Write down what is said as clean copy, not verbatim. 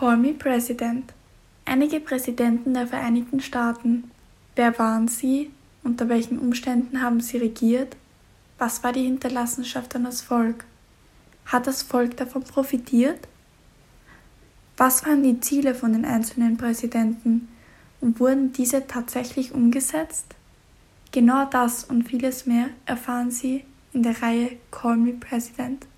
Call me President. Einige Präsidenten der Vereinigten Staaten. Wer waren sie? Unter welchen Umständen haben sie regiert? Was war die Hinterlassenschaft an das Volk? Hat das Volk davon profitiert? Was waren die Ziele von den einzelnen Präsidenten und wurden diese tatsächlich umgesetzt? Genau das und vieles mehr erfahren Sie in der Reihe Call me President.